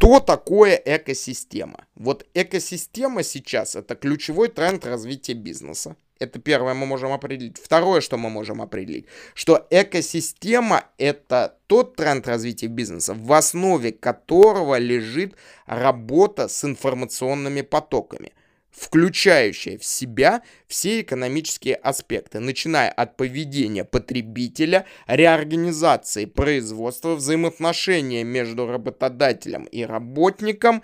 Что такое экосистема? Вот экосистема сейчас — это ключевой тренд развития бизнеса. Это первое мы можем определить. Второе, что мы можем определить, что экосистема — это тот тренд развития бизнеса, в основе которого лежит работа с информационными потоками, включающая в себя все экономические аспекты, начиная от поведения потребителя, реорганизации производства, взаимоотношения между работодателем и работником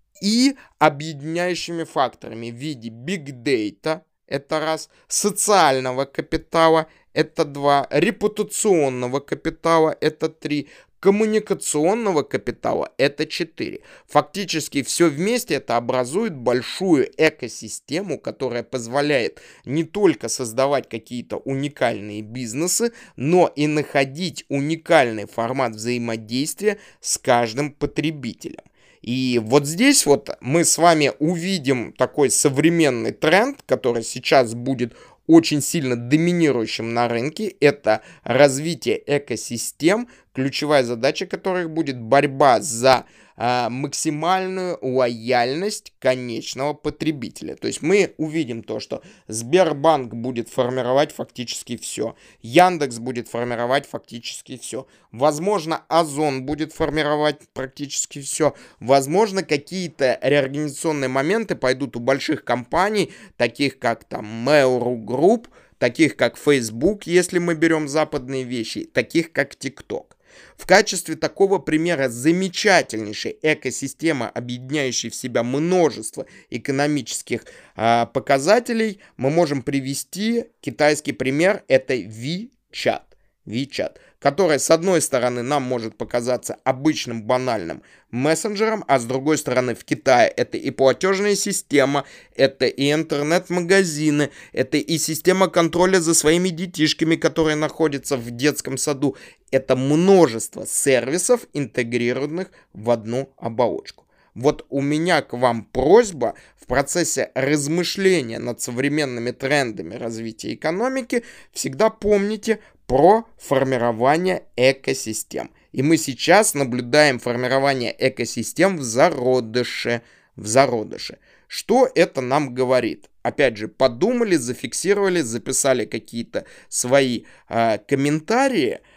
и объединяющими факторами в виде big data, это раз, социального капитала, это два, репутационного капитала, это три, коммуникационного капитала, это 4. Фактически все вместе это образует большую экосистему, которая позволяет не только создавать какие-то уникальные бизнесы, но и находить уникальный формат взаимодействия с каждым потребителем. И вот здесь вот мы с вами увидим такой современный тренд, который сейчас будет очень сильно доминирующим на рынке. Это развитие экосистем, ключевая задача которых будет борьба за максимальную лояльность конечного потребителя. То есть мы увидим то, что Сбербанк будет формировать фактически все, Яндекс будет формировать фактически все, возможно, Озон будет формировать практически все, возможно, какие-то реорганизационные моменты пойдут у больших компаний, таких как там Mail.ru Group, таких как Facebook, если мы берем западные вещи, таких как TikTok. В качестве такого примера замечательнейшей экосистемы, объединяющей в себя множество экономических показателей, мы можем привести китайский пример, это WeChat. WeChat, которая, с одной стороны, нам может показаться обычным банальным мессенджером, а с другой стороны, в Китае это и платежная система, это и интернет-магазины, это и система контроля за своими детишками, которые находятся в детском саду. Это множество сервисов, интегрированных в одну оболочку. Вот у меня к вам просьба в процессе размышления над современными трендами развития экономики всегда помните про формирование экосистем. И мы сейчас наблюдаем формирование экосистем в зародыше. Что это нам говорит? Опять же, подумали, зафиксировали, записали какие-то свои комментарии.